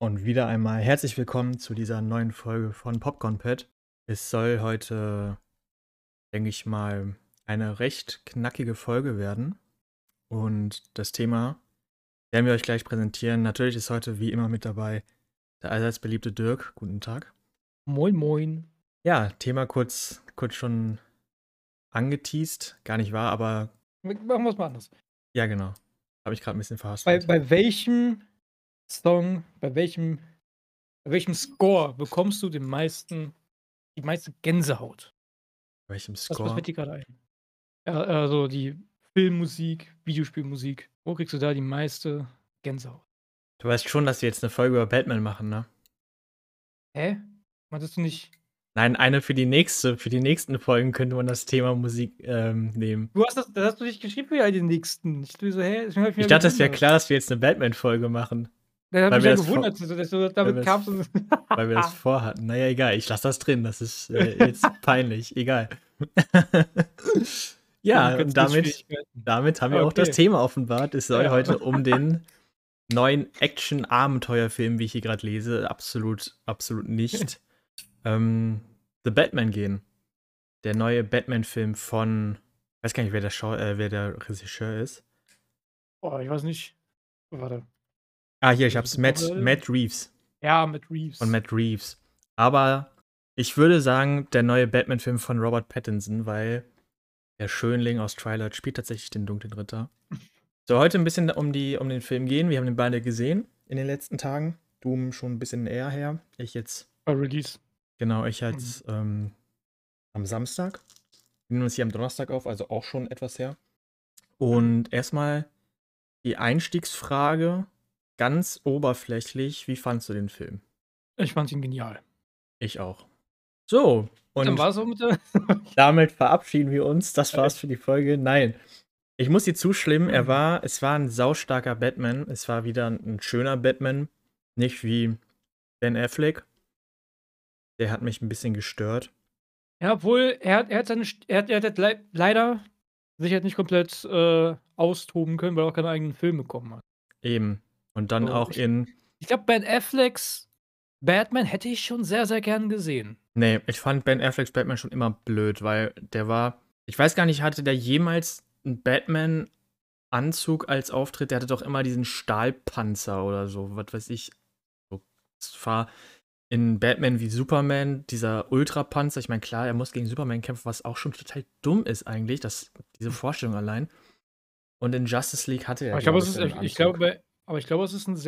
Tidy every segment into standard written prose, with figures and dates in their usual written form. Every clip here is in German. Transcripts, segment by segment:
Und wieder einmal herzlich willkommen zu dieser neuen Folge von Popcorn Pet. Es soll heute, denke ich mal, eine recht knackige Folge werden. Und das Thema werden wir euch gleich präsentieren. Natürlich ist heute wie immer mit dabei der allseits beliebte Dirk. Guten Tag. Moin, moin. Ja, Thema kurz schon angeteased. Gar nicht wahr, aber Machen wir es mal anders. ja, genau. Habe ich gerade ein bisschen Bei verhaspelt. bei welchem Song, bei welchem Score bekommst du die meiste Gänsehaut? Bei welchem Was Score? fällt dir grade ein? Ja, also die Filmmusik, Videospielmusik. Wo kriegst du da die meiste Gänsehaut? Du weißt schon, dass wir jetzt eine Folge über Batman machen, ne? Hä? Meintest du nicht Nein, eine für die nächsten Folgen könnte man das Thema Musik, nehmen. das hast du nicht geschrieben für all die nächsten. Ich so: „Hä?“ Deswegen habe ich mich Ich ja dachte, es wäre gewundert. klar, dass wir jetzt 'ne Batman-Folge machen, Dann habe weil mich wir ja das vor gewundert, dass du weil damit wir es kamst und weil wir das vorhatten. Na ja, egal, ich lasse das drin, das ist, jetzt peinlich, egal. Ja, und Kommunikationsschwierigkeiten. damit haben Ja, wir auch das okay. Thema offenbart. Es soll Ja. heute um den neuen Action-Abenteuerfilm, wie ich hier grad lese, absolut nicht, The Batman gehen. Der neue Batman-Film von weiß gar nicht, wer der Regisseur ist. Boah, ich weiß nicht. Warte. Ah, hier, ich Muss habe ich es, kurz nachher Matt Reeves. Ja, mit Von Reeves. Matt Reeves. Aber ich würde sagen, der neue Batman-Film von Robert Pattinson, weil der Schönling aus Twilight spielt tatsächlich den dunklen Ritter. Soll heute ein bisschen um den Film gehen. Wir haben den beide gesehen in den letzten Tagen. Du schon ein bisschen eher her. Ich jetzt, Bei Release. genau, ich Mhm. jetzt am Samstag. Wir nehmen uns hier am Donnerstag auf, also auch schon etwas her. Und erstmal die Einstiegsfrage, ganz oberflächlich, wie fandst du den Film? Ich fand ihn genial. Ich auch. So, Gut, dann und war's auch mit der damit verabschieden wir uns. Das war's für die Folge. Nein, ich muss dir zustimmen, es war ein saustarker Batman. Es war wieder ein schöner Batman. Nicht wie Ben Affleck. Der hat mich ein bisschen gestört. Ja, obwohl er hat seine St er hat leider sich halt nicht komplett, austoben können, weil er auch keine eigenen Filme bekommen hat. Eben. Und dann So, auch in ich glaube, Ben Afflecks Batman hätte ich schon sehr, sehr gern gesehen. nee, ich fand Ben Afflecks Batman schon immer blöd, weil der war ich weiß gar nicht, hatte der jemals 'n Batman-Anzug als Auftritt? Der hatte doch immer diesen Stahlpanzer oder so, was weiß ich. So, es war in Batman wie Superman, dieser Ultrapanzer, ich meine, klar, er muss gegen Superman kämpfen, was auch schon total dumm ist eigentlich, diese Vorstellung allein. Und in Justice League hatte er, Aber ich glaube, glaube es ich, ist dann 'n ich Anzug. glaube aber ich glaube, es ist 'n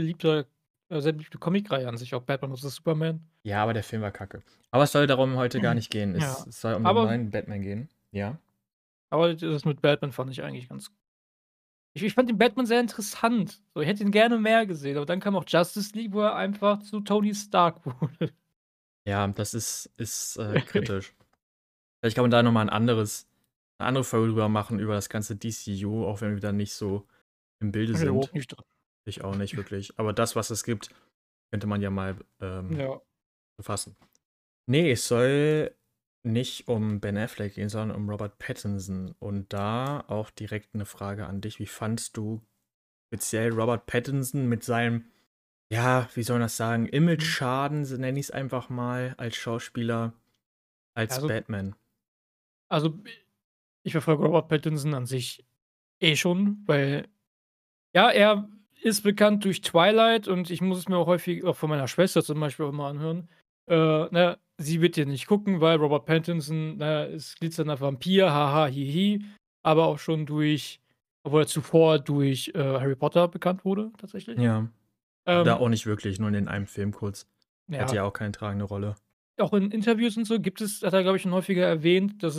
sehr beliebte Comicreihe an sich, auch Batman vs. Superman. Ja, aber der Film war kacke. Aber es soll darum heute gar nicht gehen. Es Ja, es soll um den aber neuen Batman gehen. Ja? das mit Batman fand ich eigentlich ganz ich fand den Batman sehr interessant. So, ich hätte ihn gerne mehr gesehen, aber dann kam auch Justice League, wo er einfach zu Tony Stark wurde. Ja, das ist, kritisch. Vielleicht kann man da noch mal 'ne andere Folge drüber machen, über das ganze DCU, auch wenn wir da nicht so im Bilde Ich bin sind. überhaupt nicht drin. Ich auch nicht wirklich. Aber das, was es gibt, könnte man ja mal, Ja. befassen. Ne, es soll nicht um Ben Affleck gehen, sondern um Robert Pattinson. Und da auch direkt 'ne Frage an dich. Wie fandst du speziell Robert Pattinson mit seinem, ja, wie soll man das sagen, Mhm. Image-Schaden, so nenne ich's einfach mal, als Schauspieler, als Also Batman? also, ich verfolge Robert Pattinson an sich schon, weil ja, er ist bekannt durch Twilight und ich muss es mir auch häufig auch von meiner Schwester zum Beispiel auch immer anhören. Ne, sie wird den nicht gucken, weil Robert Pattinson, ne, ist glitzernder Vampir, haha, hihi, aber auch schon obwohl er zuvor durch, Harry Potter bekannt wurde tatsächlich. Ja. Aber da Ähm, auch nicht wirklich, nur in den einem Film kurz. Er hatte ja, ja auch keine tragende Rolle. auch in Interviews und so hat er, glaube ich, schon häufiger erwähnt, dass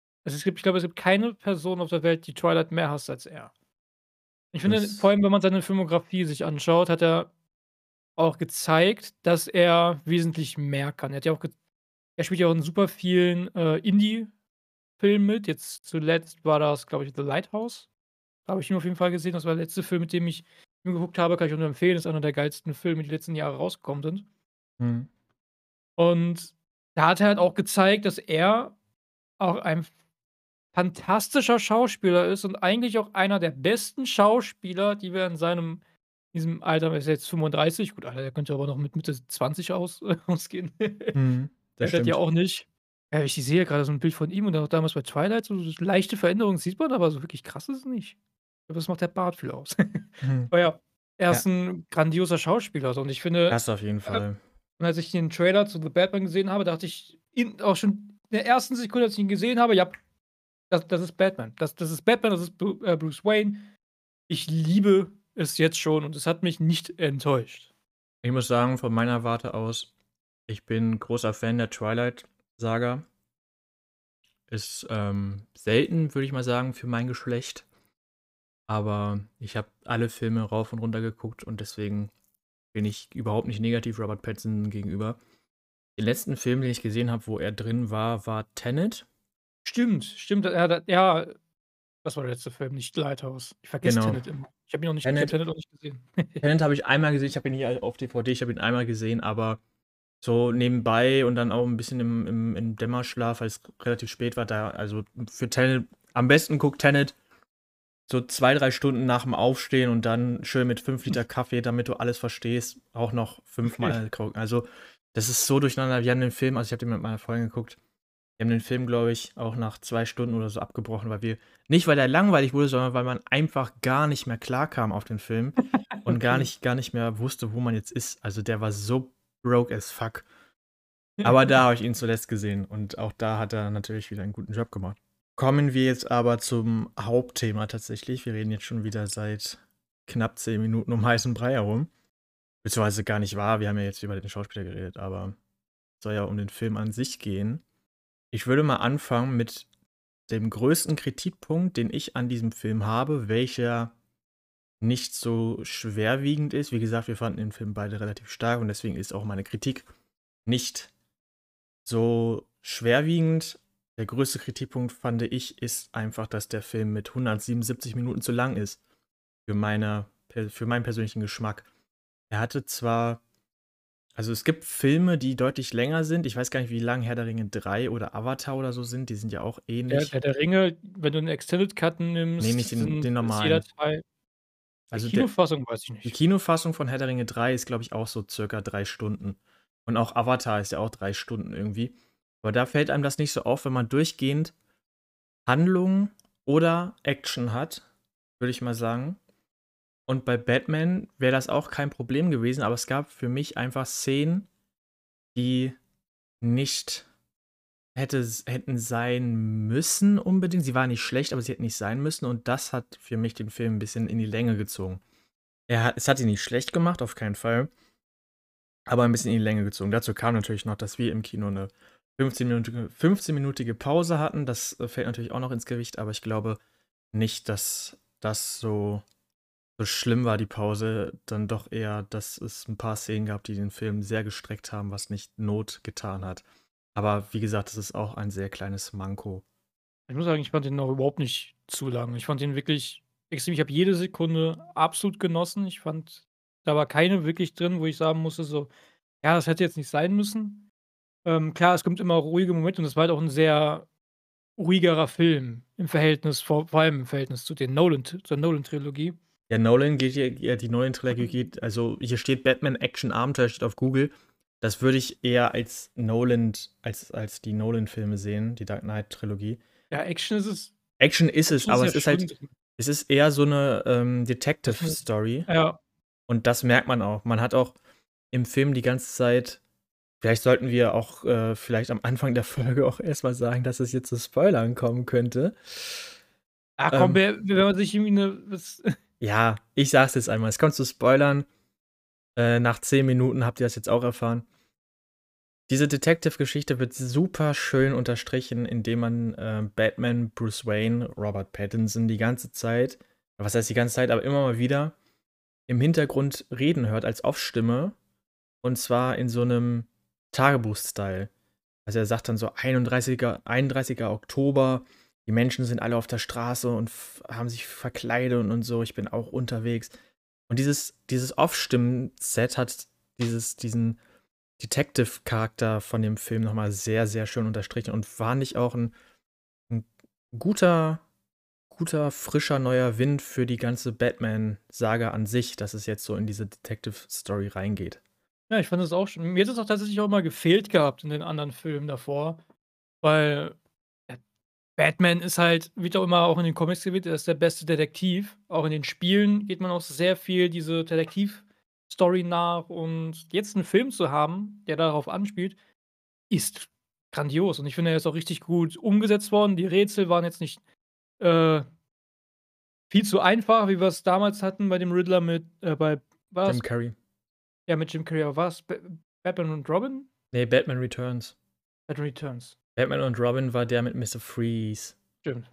es gibt keine Person auf der Welt, die Twilight mehr hasst als er. Ich finde, vor Das allem, wenn man seine Filmografie sich anschaut, hat er auch gezeigt, dass er wesentlich mehr kann. Er spielt ja auch in super vielen, Indie-Filmen mit. Jetzt zuletzt war das, glaube ich, „The Lighthouse“. Da habe ich ihn auf jeden Fall gesehen. Das war der letzte Film, mit dem ich mir geguckt habe, kann ich auch nur empfehlen. Ist einer der geilsten Filme, die letzten Jahre rausgekommen sind. mhm. Und da hat er halt auch gezeigt, dass er auch ein fantastischer Schauspieler ist und eigentlich auch einer der besten Schauspieler, die wir in seinem diesem Alter, er ist jetzt 35, gut, Alter, der könnte aber noch mit Mitte 20 ausgehen. Mhm. Das Ändert ja stimmt. auch nicht. Ja, ich sehe grade so 'n Bild von ihm und auch damals bei Twilight, so leichte Veränderungen sieht man, aber so wirklich krass ist es nicht. Ich glaube, das macht der Bart viel aus. Mhm. Aber ja, er Ja, ist 'n grandioser Schauspieler so und ich finde, das auf jeden Fall. und als ich den Trailer zu The Batman gesehen habe, dachte ich in auch schon in der ersten Sekunde, als ich ihn gesehen habe: „Ja, das ist Batman. Das ist Batman, das ist Bruce Wayne.“ Ich liebe es jetzt schon und es hat mich nicht enttäuscht. Ich muss sagen, von meiner Warte aus, ich bin großer Fan der Twilight-Saga. Ist, selten, würde ich mal sagen, für mein Geschlecht, aber ich habe alle Filme rauf und runter geguckt und deswegen bin ich überhaupt nicht negativ Robert Pattinson gegenüber. Den letzten Film, den ich gesehen habe, wo er drin war, war Tenet. Stimmt, ja, das war der letzte Film, nicht Lighthouse. Ich vergesse Genau. Tenet immer. Ich habe Tenet Tenet noch nicht gesehen. Tenet habe ich einmal gesehen, ich habe ihn nie auf DVD, ich habe ihn einmal gesehen, aber so nebenbei und dann auch 'n bisschen im Dämmerschlaf, weil's relativ spät war, da also, für Tenet am besten guckt Tenet so 2 3 Stunden nach'm Aufstehen und dann schön mit 5 Liter Kaffee, damit du alles verstehst, auch noch fünfmal gucken. Also, das ist so durcheinander. Wir haben den Film also, ich habe den mit meiner Freundin geguckt. Wir haben den Film, glaube ich, auch nach 2 Stunden oder so abgebrochen, weil wir nicht, weil er langweilig wurde, sondern weil man einfach gar nicht mehr klarkam auf den Film und Okay. gar nicht mehr wusste, wo man jetzt ist. Also, der war so broke as fuck. Aber da habe ich ihn zuletzt gesehen und auch da hat er natürlich wieder einen guten Job gemacht. Kommen wir jetzt aber zum Hauptthema tatsächlich. Wir reden jetzt schon wieder seit knapp 10 Minuten um heißen Brei herum. Beziehungsweise gar nicht wahr, wir haben ja jetzt über den Schauspieler geredet, aber es soll ja um den Film an sich gehen. Ich würde mal anfangen mit dem größten Kritikpunkt, den ich an diesem Film habe, welcher nicht so schwerwiegend ist. Wie gesagt, wir fanden den Film beide relativ stark und deswegen ist auch meine Kritik nicht so schwerwiegend. Der größte Kritikpunkt, fand ich, ist einfach, dass der Film mit 177 Minuten zu lang ist. Für meinen persönlichen Geschmack. Er hatte zwar also, es gibt Filme, die deutlich länger sind. Ich weiß gar nicht, wie lang Herr der Ringe 3 oder Avatar oder so sind. Die sind ja auch ähnlich. Der Ringe, wenn du 'n Extended Cut Ne, nimmst, nicht den ist jeder normalen. Teil die Also, Kinofassung weiß ich die nicht. Kinofassung von Herr der Ringe 3 ist, glaube ich, auch so circa 3 Stunden. Und auch Avatar ist ja auch 3 Stunden irgendwie. Aber da fällt einem das nicht so auf, wenn man durchgehend Handlung oder Action hat, würde ich mal sagen. Und bei Batman wäre das auch kein Problem gewesen, aber es gab für mich einfach Szenen, die nicht hätten sein müssen unbedingt. Sie waren nicht schlecht, aber sie hätten nicht sein müssen und das hat für mich den Film 'n bisschen in die Länge gezogen. Es hat ihn nicht schlecht gemacht, auf keinen Fall, aber 'n bisschen in die Länge gezogen. Dazu kam natürlich noch, dass wir im Kino 'ne 15-minütige Pause hatten. Das, fällt natürlich auch noch ins Gewicht, aber ich glaube nicht, dass das so schlimm war, die Pause. Dann doch eher, dass es 'n paar Szenen gab, die den Film sehr gestreckt haben, was nicht Not getan hat. Aber wie gesagt, das ist auch ein sehr kleines Manko. Ich muss sagen, ich fand den auch überhaupt nicht zu lang. Ich fand den wirklich extrem, ich habe jede Sekunde absolut genossen. Ich fand, da war keine wirklich drin, wo ich sagen musste so: „Ja, das hätte jetzt nicht sein müssen.“ klar, es gibt immer ruhige Momente und es war halt auch 'n sehr ruhigerer Film im Verhältnis, vor allem im Verhältnis zu den zur Nolan-Trilogie. Ja, Nolan geht hier ja, die Nolan-Trilogie geht also, hier steht Batman Action Abenteuer, steht auf Google. Das würde ich eher als Nolan als die Nolan-Filme sehen, die Dark Knight-Trilogie. Ja, Action ist es, Action ist aber ja es ist schon halt drin. es ist eher so 'ne, Das 'ne Detective-Story ja. und das merkt man auch. Man hat auch im Film die ganze Zeit vielleicht sollten wir auch, vielleicht am Anfang der Folge auch erst mal sagen, dass es jetzt zu Spoilern kommen könnte. Ah, komm, Ähm, wenn man sich irgendwie 'ne was ja, ich sage es jetzt einmal. Es kommt zu Spoilern. Nach 10 Minuten habt ihr das jetzt auch erfahren. Diese Detective-Geschichte wird super schön unterstrichen, indem man, Batman, Bruce Wayne, Robert Pattinson die ganze Zeit was heißt die ganze Zeit, aber immer mal wieder im Hintergrund reden hört als Off-Stimme und zwar in so 'nem Tagebuch-Style. Also, er sagt dann so: „31. Oktober, die Menschen sind alle auf der Straße und haben sich verkleidet und so, ich bin auch unterwegs.“ Und dieses Off-Stimmen-Set hat diesen Detective-Charakter von dem Film noch mal sehr, sehr schön unterstrichen und fand ich auch 'n guter guter, frischer, neuer Wind für die ganze Batman-Saga an sich, dass es jetzt so in diese Detective-Story reingeht. Ja, ich fand das auch schon. Mir hat es auch tatsächlich auch mal gefehlt gehabt in den anderen Filmen davor, weil, ja, Batman ist halt, wird auch immer auch in den Comics gewählt, er ist der beste Detektiv. Auch in den Spielen geht man auch sehr viel diese Detektiv-Story nach und jetzt 'n Film zu haben, der darauf anspielt, ist grandios und ich finde, er ist auch richtig gut umgesetzt worden. Die Rätsel waren jetzt nicht, äh, viel zu einfach, wie wir's damals hatten bei dem Riddler mit bei Jim war's Carrey. ja, mit Jim Carrey, aber war's Batman und Robin? Nee, Batman Returns. Batman Returns. Batman und Robin war der mit Mr. Freeze, Stimmt.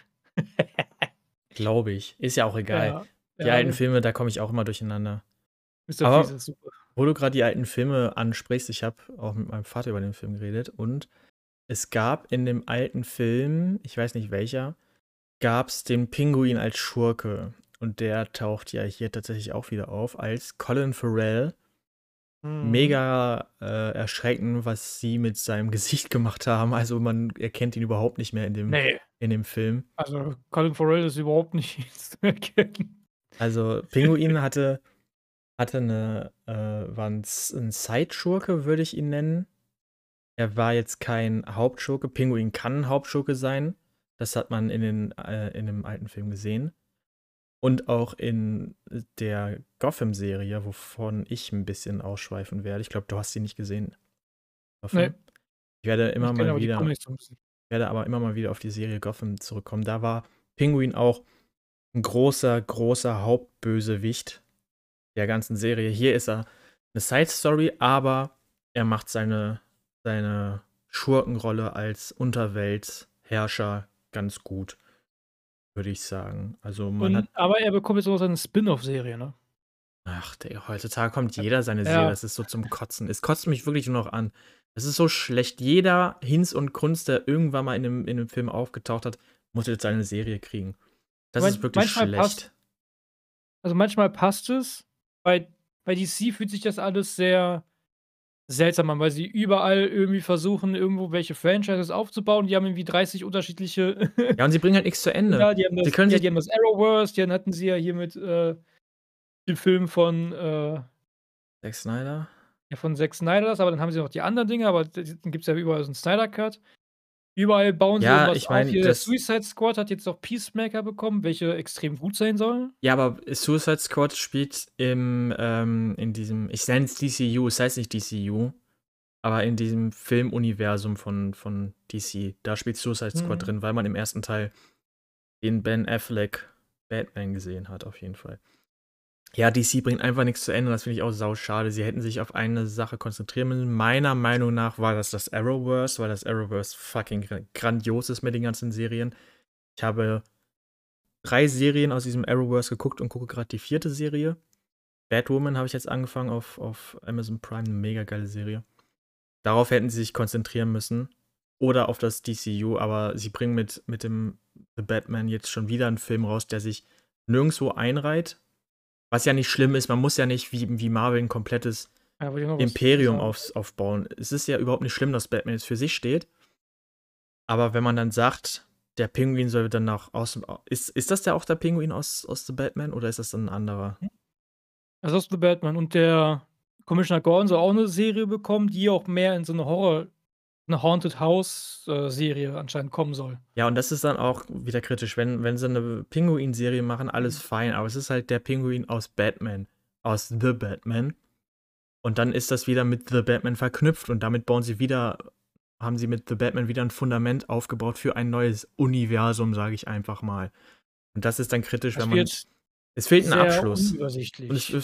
glaube ich. Ist ja auch egal. Ja, Die ja, alten Filme, da komme ich auch immer durcheinander. Mr. Freeze Aber ist super. wo du gerade die alten Filme ansprichst, ich habe auch mit meinem Vater über den Film geredet und es gab in dem alten Film, ich weiß nicht welcher, gab es den Pinguin als Schurke. Und der taucht ja hier tatsächlich auch wieder auf als Colin Farrell. Mhm. Mega erschreckend, was sie mit seinem Gesicht gemacht haben. Also man erkennt ihn überhaupt nicht mehr Ne, in dem Film. also Colin Farrell ist überhaupt nicht zu erkennen. Also Pinguin hatte eine, war ein Side-Schurke, würde ich ihn nennen. Er war jetzt kein Hauptschurke. Pinguin kann ein Hauptschurke sein. Das hat man in dem alten Film gesehen. Und auch in der Gotham-Serie, wovon ich ein bisschen ausschweifen werde. Ich glaube, du hast sie nicht gesehen, Ne, Gotham. Ich werde immer ich kenne mal aber die wieder Comics so 'n bisschen. werde aber immer mal wieder auf die Serie Gotham zurückkommen. Da war Pinguin auch ein großer, großer Hauptbösewicht der ganzen Serie. Hier ist er eine Side-Story, aber er macht seine Schurkenrolle als Unterweltherrscher ganz gut, würde ich sagen. Also, man hat Und aber er bekommt jetzt auch seine Spin-off-Serie, ne? ach, Digga, heutzutage kommt Ja. jeder seine Serie, Ja, das ist so zum Kotzen. Es kotzt mich wirklich nur noch an. Es ist so schlecht. Jeder Hinz und Kunst, der irgendwann mal in 'nem Film aufgetaucht hat, muss jetzt seine Serie kriegen. Das ist wirklich manchmal passt schlecht. manchmal passt es. Bei DC fühlt sich das alles sehr seltsam an, weil sie überall irgendwie versuchen, irgendwo welche Franchises aufzubauen. Die haben irgendwie 30 unterschiedliche Ja, und sie bringen halt nix zu Ende. Dinger. Sie können sich Die haben das Arrowverse, dann hatten sie ja hier mit, dem Film Zack Snyder? ja, von Zack Snyder das, aber dann haben sie noch die anderen Dinge, aber dann gibt's ja überall so 'n Snyder Cut. Überall bauen sie Ja, irgendwas ich auf. meine, Hier der das Suicide Squad hat jetzt auch Peacemaker bekommen, welche extrem gut sein sollen. ja, aber Suicide Squad spielt in diesem ich nenne es DCU, es heißt nicht DCU, aber in diesem Filmuniversum von DC. Da spielt Suicide Squad Mhm. drin, weil man im ersten Teil den Ben Affleck Batman gesehen hat, auf jeden Fall. Ja, DC bringt einfach nichts zu Ende, das finde ich auch sauschade. Sie hätten sich auf eine Sache konzentrieren müssen. Meiner Meinung nach war das Arrowverse, weil das Arrowverse fucking grandios ist mit den ganzen Serien. Ich habe 3 Serien aus diesem Arrowverse geguckt und gucke gerade die 4. Serie. Batwoman habe ich jetzt angefangen auf Amazon Prime, 'ne mega geile Serie. Darauf hätten sie sich konzentrieren müssen oder auf das DCU, aber sie bringen mit dem The Batman jetzt schon wieder einen Film raus, der sich nirgendwo einreiht, was ja nicht schlimm ist. Man muss ja nicht wie Marvel 'n komplettes Ja, wollte ich noch was Imperium sagen. aufbauen. Es ist ja überhaupt nicht schlimm, dass Batman jetzt für sich steht, aber wenn man dann sagt, der Pinguin soll dann nach aus dem ist das auch der Pinguin aus The Batman oder ist das dann 'n anderer? Also, das ist The Batman und der Commissioner Gordon soll auch 'ne Serie bekommen, die auch mehr in so 'ne Haunted House, Serie anscheinend kommen soll. Ja, und das ist dann auch wieder kritisch, wenn sie 'ne Pinguin-Serie machen, alles fein, aber es ist halt der Pinguin aus Batman, aus The Batman. Und dann ist das wieder mit The Batman verknüpft und damit haben sie mit The Batman wieder 'n Fundament aufgebaut für ein neues Universum, sage ich einfach mal. Und das ist dann kritisch, Das wenn man wird es fehlt 'n sehr Abschluss. Und unübersichtlich.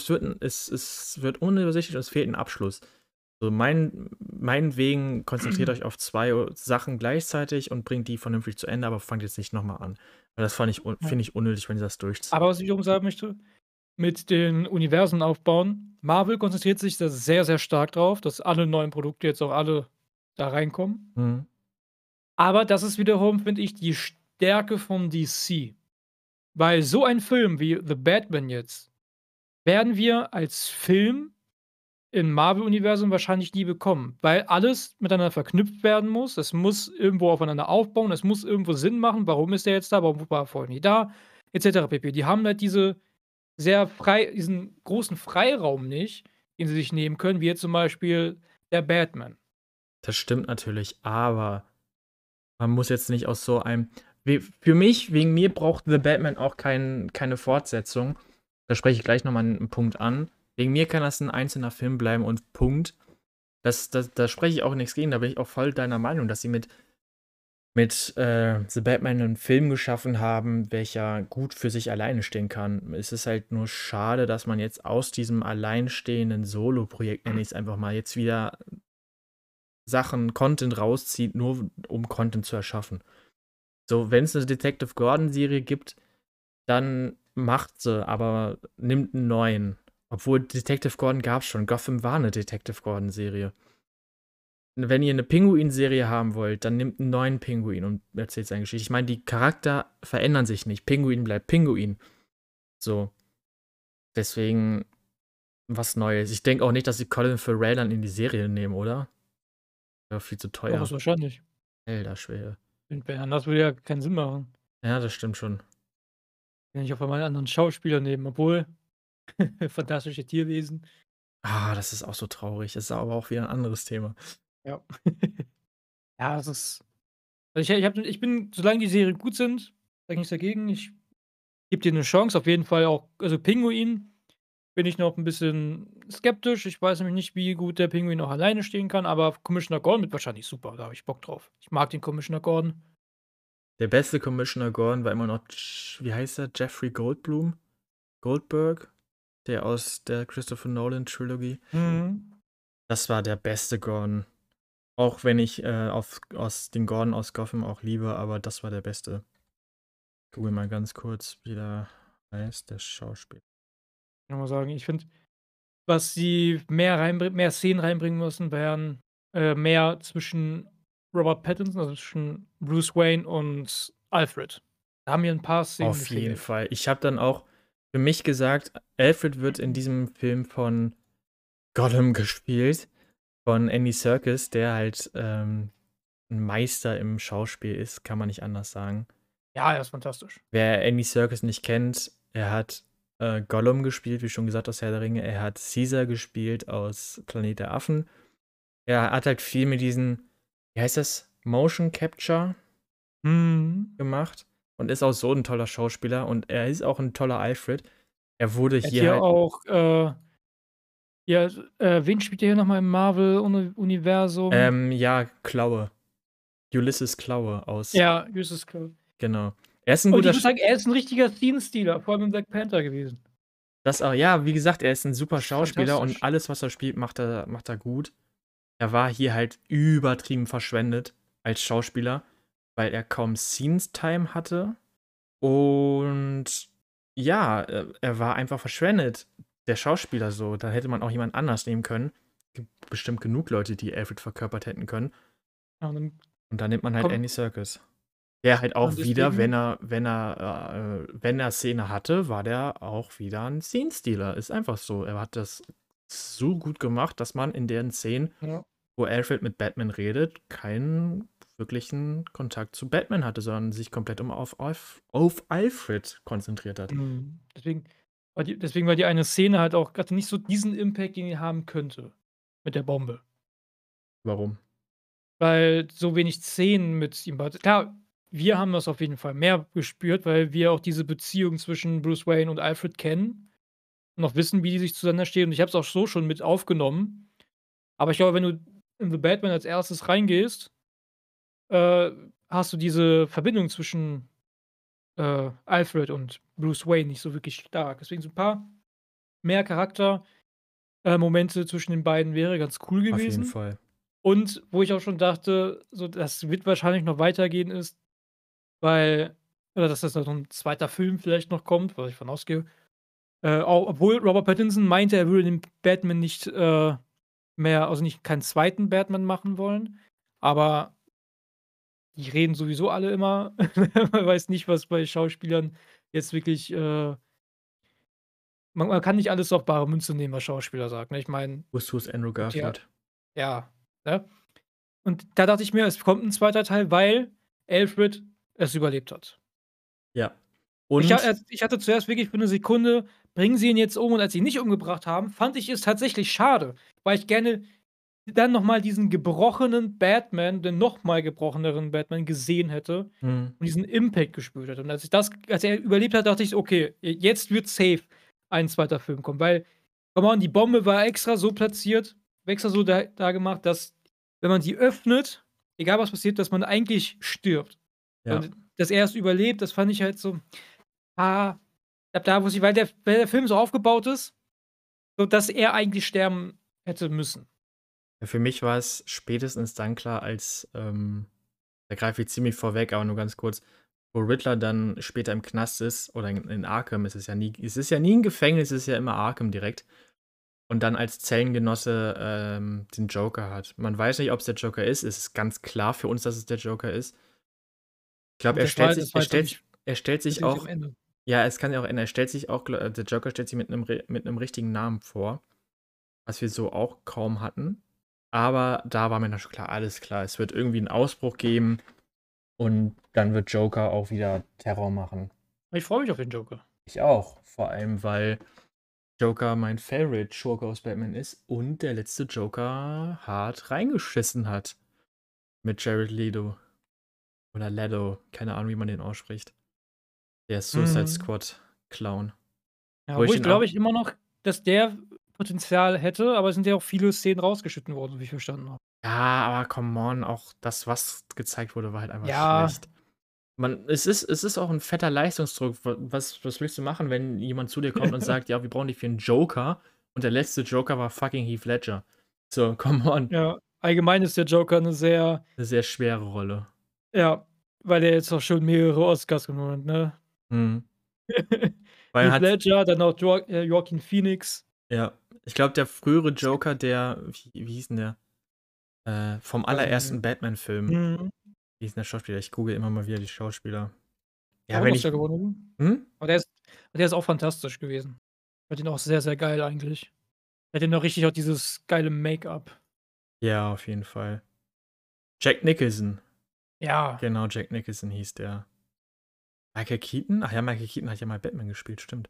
es wird unübersichtlich und es fehlt 'n Abschluss. So meinetwegen konzentriert euch auf 2 Sachen gleichzeitig und bringt die vernünftig zu Ende, aber fangt jetzt nicht noch mal an. Weil das Ja. finde ich unnötig, wenn sie das durchziehen. Aber was ich wiederum sagen möchte, mit den Universen aufbauen, Marvel konzentriert sich da sehr, sehr stark drauf, dass alle neuen Produkte jetzt auch alle da reinkommen. Mhm. Aber das ist wiederum, finde ich, die Stärke von DC. Weil so ein Film wie The Batman jetzt werden wir als Film im Marvel-Universum wahrscheinlich nie bekommen, weil alles miteinander verknüpft werden muss. Es muss irgendwo aufeinander aufbauen, es muss irgendwo Sinn machen. Warum ist der jetzt da? Warum war er vorher nie da? Et cetera pp. Die haben halt diesen großen Freiraum nicht, den sie sich nehmen können, wie jetzt zum Beispiel der Batman. Das stimmt natürlich, aber man muss jetzt nicht aus so einem für mich, wegen mir braucht The Batman auch keine Fortsetzung. Da spreche ich gleich noch mal 'n Punkt an. Wegen mir kann das ein einzelner Film bleiben und Punkt. Da spreche ich auch nichts gegen, da bin ich auch voll deiner Meinung, dass sie mit The Batman einen Film geschaffen haben, welcher gut für sich alleine stehen kann. Es ist halt nur schade, dass man jetzt aus diesem alleinstehenden Solo-Projekt, nenne ich's einfach mal, jetzt wieder Sachen, Content rauszieht, nur um Content zu erschaffen. So, wenn es eine Detective Gordon-Serie gibt, dann macht sie, aber nimmt einen neuen. Obwohl Detective Gordon gab's schon. Gotham war eine Detective Gordon-Serie. Wenn ihr eine Pinguin-Serie haben wollt, dann nimmt einen neuen Pinguin und erzählt seine Geschichte. Ich meine, die Charakter verändern sich nicht. Pinguin bleibt Pinguin. So, deswegen was Neues. Ich denke auch nicht, dass sie Colin Farrell dann in die Serie nehmen, oder? Wäre viel zu Doch, teuer. ist wahrscheinlich. Alter Schwede. Wenn anders würde ja keinen Sinn machen. Ja, das stimmt schon. Kann ich auf einmal 'n anderen Schauspieler nehmen, obwohl Fantastische Tierwesen. Ah, das ist auch so traurig. Das ist aber auch wieder ein anderes Thema. Ja. Ja, das ist also, ich bin solange die Serien gut sind, sage ich nichts dagegen. Ich gebe denen 'ne Chance, auf jeden Fall auch also, Pinguin bin ich noch 'n bisschen skeptisch. Ich weiß nämlich nicht, wie gut der Pinguin auch alleine stehen kann, aber Commissioner Gordon wird wahrscheinlich super, da habe ich Bock drauf. Ich mag den Commissioner Gordon. Der beste Commissioner Gordon war immer noch, wie heißt er? Jeffrey Goldberg, der aus der Christopher Nolan Trilogie. Mhm. Das war der beste Gordon. Auch wenn ich den Gordon aus Gotham auch liebe, aber das war der beste. Google mal ganz kurz, wie der heißt, der Schauspieler. Ich muss sagen, ich finde, was sie mehr Szenen reinbringen müssen, wären, mehr zwischen Robert Pattinson, also zwischen Bruce Wayne und Alfred. Da haben mir 'n paar Szenen Auf jeden gefehlt. Fall. Ich habe dann auch für mich gesagt, Alfred wird in diesem Film von Gollum gespielt, von Andy Serkis, der halt 'n Meister im Schauspiel ist, kann man nicht anders sagen. Ja, er ist fantastisch. Wer Andy Serkis nicht kennt, er hat Gollum gespielt, wie schon gesagt, aus Herr der Ringe. Er hat Caesar gespielt aus Planet der Affen. Er hat halt viel mit diesen, wie heißt das, Motion Capture Mhm. gemacht und ist auch so ein toller Schauspieler und er ist auch ein toller Alfred. Er wurde Er hat hier hier halt auch, ja, wen spielt der hier noch mal im Marvel Universum? ja, Klaue. Ulysses Klaue aus Ja, Justus Scott. genau. Er ist ein Und guter ich muss sagen, er ist 'n richtiger Scene-Stealer, vor allem in Black Panther gewesen. das auch, ja, wie gesagt, er ist ein super Das ist Schauspieler und fantastisch. alles, was er spielt, macht er gut. Er war hier halt übertrieben verschwendet als Schauspieler, weil er kaum Scenes-Time hatte und ja, er war einfach verschwendet, der Schauspieler so. Da hätte man auch jemand anders nehmen können. Gibt bestimmt genug Leute, die Alfred verkörpert hätten können. Ja, und dann Und dann nimmt man halt kommt Andy Serkis. Der halt auch und wieder, wenn deswegen er Szene hatte, war der auch wieder 'n Scene-Stealer. Ist einfach so. Er hat das so gut gemacht, dass man in den Szenen, ja. wo Alfred mit Batman redet, keinen wirklichen Kontakt zu Batman hatte, sondern sich komplett auf Alfred konzentriert hat. Mhm. Deswegen war die eine Szene halt auch hatte nicht so diesen Impact, den die haben könnte mit der Bombe, Warum? weil so wenig Szenen mit ihm war. Klar, wir haben das auf jeden Fall mehr gespürt, weil wir auch diese Beziehung zwischen Bruce Wayne und Alfred kennen und auch wissen, wie die sich zueinander stehen. Und ich habe es auch so schon mit aufgenommen. Aber ich glaube, wenn du in The Batman als Erstes reingehst, äh, hast du diese Verbindung zwischen, Alfred und Bruce Wayne nicht so wirklich stark. Deswegen so 'n paar mehr Charakter Momente zwischen den beiden wäre ganz cool Auf jeden gewesen. Fall. Und wo ich auch schon dachte, so, das wird wahrscheinlich noch weitergehen, ist, weil oder dass das noch 'n zweiter Film vielleicht noch kommt, was ich von ausgehe. Obwohl Robert Pattinson meinte, er würde den Batman nicht, mehr also nicht keinen zweiten Batman machen wollen, aber die reden sowieso alle immer. Man weiß nicht, was bei Schauspielern jetzt wirklich, man kann nicht alles auf bare Münze nehmen, was Schauspieler sagt, ne? Ich meine, Wusstest du, Andrew gibt ja Garfield? ja, ne? Und da dachte ich mir, es kommt 'n zweiter Teil, weil Alfred es überlebt hat. Ja. Und Ich hatte zuerst wirklich für 'ne Sekunde: „Bringen sie ihn jetzt um?“ Und als sie ihn nicht umgebracht haben, fand ich es tatsächlich schade, weil ich gerne dann noch mal diesen gebrochenen Batman, den noch mal gebrocheneren Batman gesehen hätte mhm, und diesen Impact gespürt hätte. Und als er überlebt hat, dachte ich so: „Okay, jetzt wird safe ein zweiter Film kommen“, weil, come on, die Bombe war extra so platziert, extra so da gemacht, dass, wenn man sie öffnet, egal was passiert, dass man eigentlich stirbt. ja. Und dass er es überlebt, das fand ich halt so, ah, ab da wusste ich, weil der Film so aufgebaut ist, so dass er eigentlich sterben hätte müssen. Ja, für mich war es spätestens dann klar, als, da greife ich ziemlich vorweg, aber nur ganz kurz, wo Riddler dann später im Knast ist oder in Arkham, es ist ja nie 'n Gefängnis, es ist ja immer Arkham direkt und dann als Zellengenosse, den Joker hat. Man weiß nicht, ob's der Joker ist. Es ist ganz klar für uns, dass es der Joker ist. Ich glaube, Das war jetzt auch nicht er stellt bis sich ziemlich am auch Ende. ja, es kann ja auch ändern. Er stellt sich auch der Joker stellt sich mit 'nem richtigen Namen vor, was wir so auch kaum hatten. Aber da war mir dann schon klar, alles klar, es wird irgendwie 'n Ausbruch geben und dann wird Joker auch wieder Terror machen. Ich freue mich auf den Joker. Ich auch, vor allem, weil Joker mein Favorite Schurke aus Batman ist und der letzte Joker hart reingeschissen hat mit Jared Leto oder Leto, keine Ahnung, wie man den ausspricht. Der Suicide Mhm. Squad Clown. Ja, Wo ich obwohl ich den auch glaube ich immer noch, dass der Potenzial hätte, aber es sind ja auch viele Szenen rausgeschnitten worden, wie ich verstanden habe. ja, aber come on, auch das, was gezeigt wurde, war halt einfach Ja, schlecht. Es ist auch 'n fetter Leistungsdruck. Was willst du machen, wenn jemand zu dir kommt und sagt: „Ja, wir brauchen dich für 'n Joker“ und der letzte Joker war fucking Heath Ledger. So, come on. ja. Allgemein ist der Joker 'ne sehr, 'Ne sehr schwere Rolle. ja, weil der jetzt auch schon mehrere Oscars gewonnen hat, ne? Mhm. Weil er Heath hat Ledger, dann noch Joaquin Phoenix. ja, ich glaube, der frühere Joker, der wie hieß 'n der? Vom Weiß ich nicht mehr. allerersten Batman-Film. Mhm. Wie hieß 'n der Schauspieler? Ich google immer mal wieder die Schauspieler. Ja, Auch wenn Oscar ich gewonnen. hm? Aber der ist auch fantastisch gewesen. Fand ihn auch sehr, sehr geil eigentlich. Der hat ja noch richtig auch dieses geile Make-up. Ja, auf jeden Fall. Jack Nicholson. Ja. Genau, Jack Nicholson hieß der. Michael Keaton? Ach ja, Michael Keaton hat ja mal Batman gespielt, stimmt.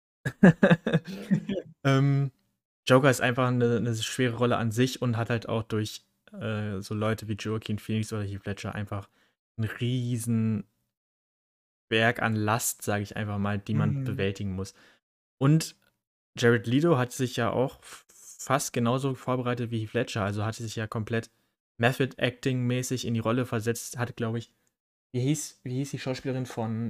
Ähm, Joker ist einfach 'ne schwere Rolle an sich und hat halt auch durch, so Leute wie Joaquin Phoenix oder Heath Ledger einfach 'n riesen Berg an Last, sage ich einfach mal, die man Mhm. bewältigen muss. Und Jared Leto hat sich ja auch fast genauso vorbereitet wie Heath Ledger, also hatte sich ja komplett Method Acting mäßig in die Rolle versetzt, hatte, glaube ich wie hieß die Schauspielerin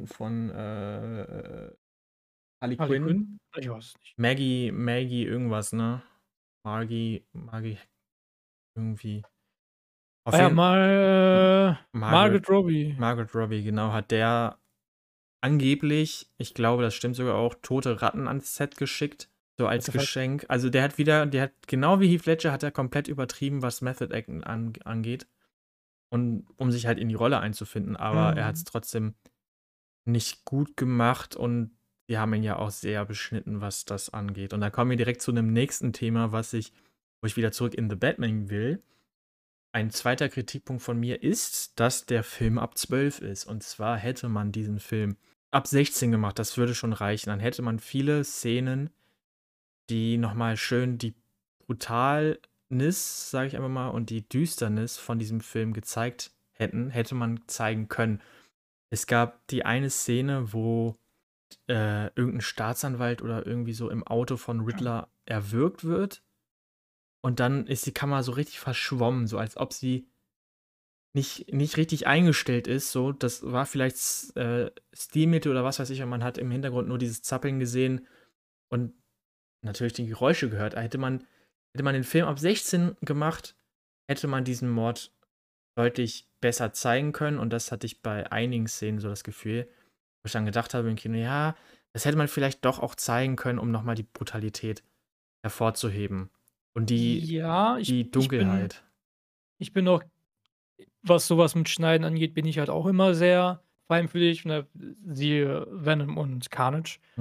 von Harley Harley Quinn? Quinn? Ich weiß es nicht. Maggie irgendwas, ne? Margie irgendwie. Ah Auf ja, jeden Margaret Margot Robbie. Margaret Robbie, genau, hat der angeblich, ich glaube, das stimmt sogar auch, tote Ratten ans Set geschickt, so What als the fuck? Geschenk. Also, der hat genau wie Heath Ledger hat er komplett übertrieben, was Method Acting angeht und um sich halt in die Rolle einzufinden, aber er hat es Mhm. trotzdem nicht gut gemacht und die haben ihn ja auch sehr beschnitten, was das angeht. Und da kommen wir direkt zu 'nem nächsten Thema, wo ich wieder zurück in The Batman will. Ein zweiter Kritikpunkt von mir ist, dass der Film ab 12 ist. Und zwar hätte man diesen Film ab 16 gemacht, das würde schon reichen. Dann hätte man viele Szenen, die noch mal schön die Brutalness, sage ich einfach mal, und die Düsternis von diesem Film gezeigt hätte man zeigen können. Es gab die eine Szene, wo, irgend 'n Staatsanwalt oder irgendwie so im Auto von Riddler erwürgt wird und dann ist die Kamera so richtig verschwommen, so als ob sie nicht richtig eingestellt ist, so. Das war vielleicht Stilmittel oder was weiß ich, und man hat im Hintergrund nur dieses Zappeln gesehen und natürlich die Geräusche gehört. Hätte man den Film ab 16 gemacht, hätte man diesen Mord deutlich besser zeigen können und das hatte ich bei einigen Szenen so das Gefühl, wo ich dann gedacht habe im Kino: „Ja, das hätte man vielleicht doch auch zeigen können, um noch mal die Brutalität hervorzuheben und Ja, die Dunkelheit.“ ich bin auch, was so was mit Schneiden angeht, bin ich halt auch immer sehr feinfühlig, ne? Siehe Venom und Carnage. Mhm.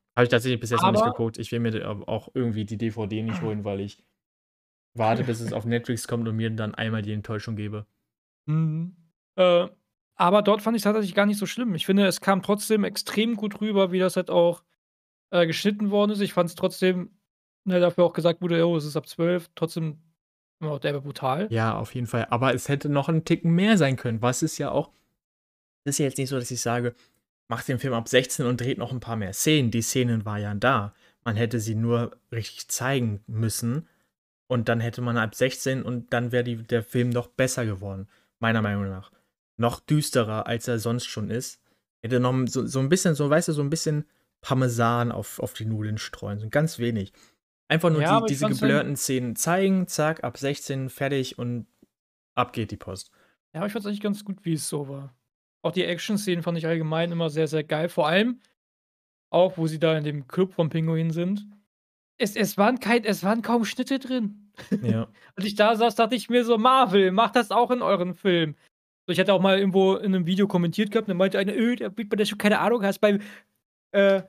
Habe ich tatsächlich bis jetzt noch nicht Aber geguckt. Ich will mir auch irgendwie die DVD nicht holen, weil ich warte, bis es auf Netflix kommt und mir dann einmal die Enttäuschung gebe. mhm. Äh, aber dort fand ich's tatsächlich gar nicht so schlimm. Ich finde, es kam trotzdem extrem gut rüber, wie das halt auch, geschnitten worden ist. Ich fand's trotzdem, ne, dafür auch gesagt wurde: „Jo, es ist ab 12", trotzdem immer noch derbe brutal. Ja, auf jeden Fall. Aber es hätte noch 'n Ticken mehr sein können, was ist ja auch ist ja jetzt nicht so, dass ich sage: „Macht den Film ab 16 und dreht noch 'n paar mehr Szenen.“ Die Szenen waren ja da. Man hätte sie nur richtig zeigen müssen und dann hätte man ab 16 und dann wäre der Film noch besser geworden, meiner Meinung nach. Noch düsterer, als er sonst schon ist. Hätte noch so 'n bisschen so, weißt du, so 'n bisschen Parmesan auf die Nudeln streuen, so ganz wenig. Einfach nur Ja, aber ich diese fand's dann geblurrten Szenen zeigen, zack, ab 16 fertig und ab geht die Post. ja, aber ich fand's eigentlich ganz gut, wie es so war. Auch die Action-Szenen fand ich allgemein immer sehr, sehr geil. Vor allem auch, wo sie da in dem Club vom Pinguin sind. Es waren kaum Schnitte drin. Ja. Als ich da saß, dachte ich mir so: „Marvel, macht das auch in euren Filmen." So, ich hatte auch mal irgendwo in 'nem Video kommentiert gehabt, und dann meinte einer: der Big Brother schon keine Ahnung hast, äh,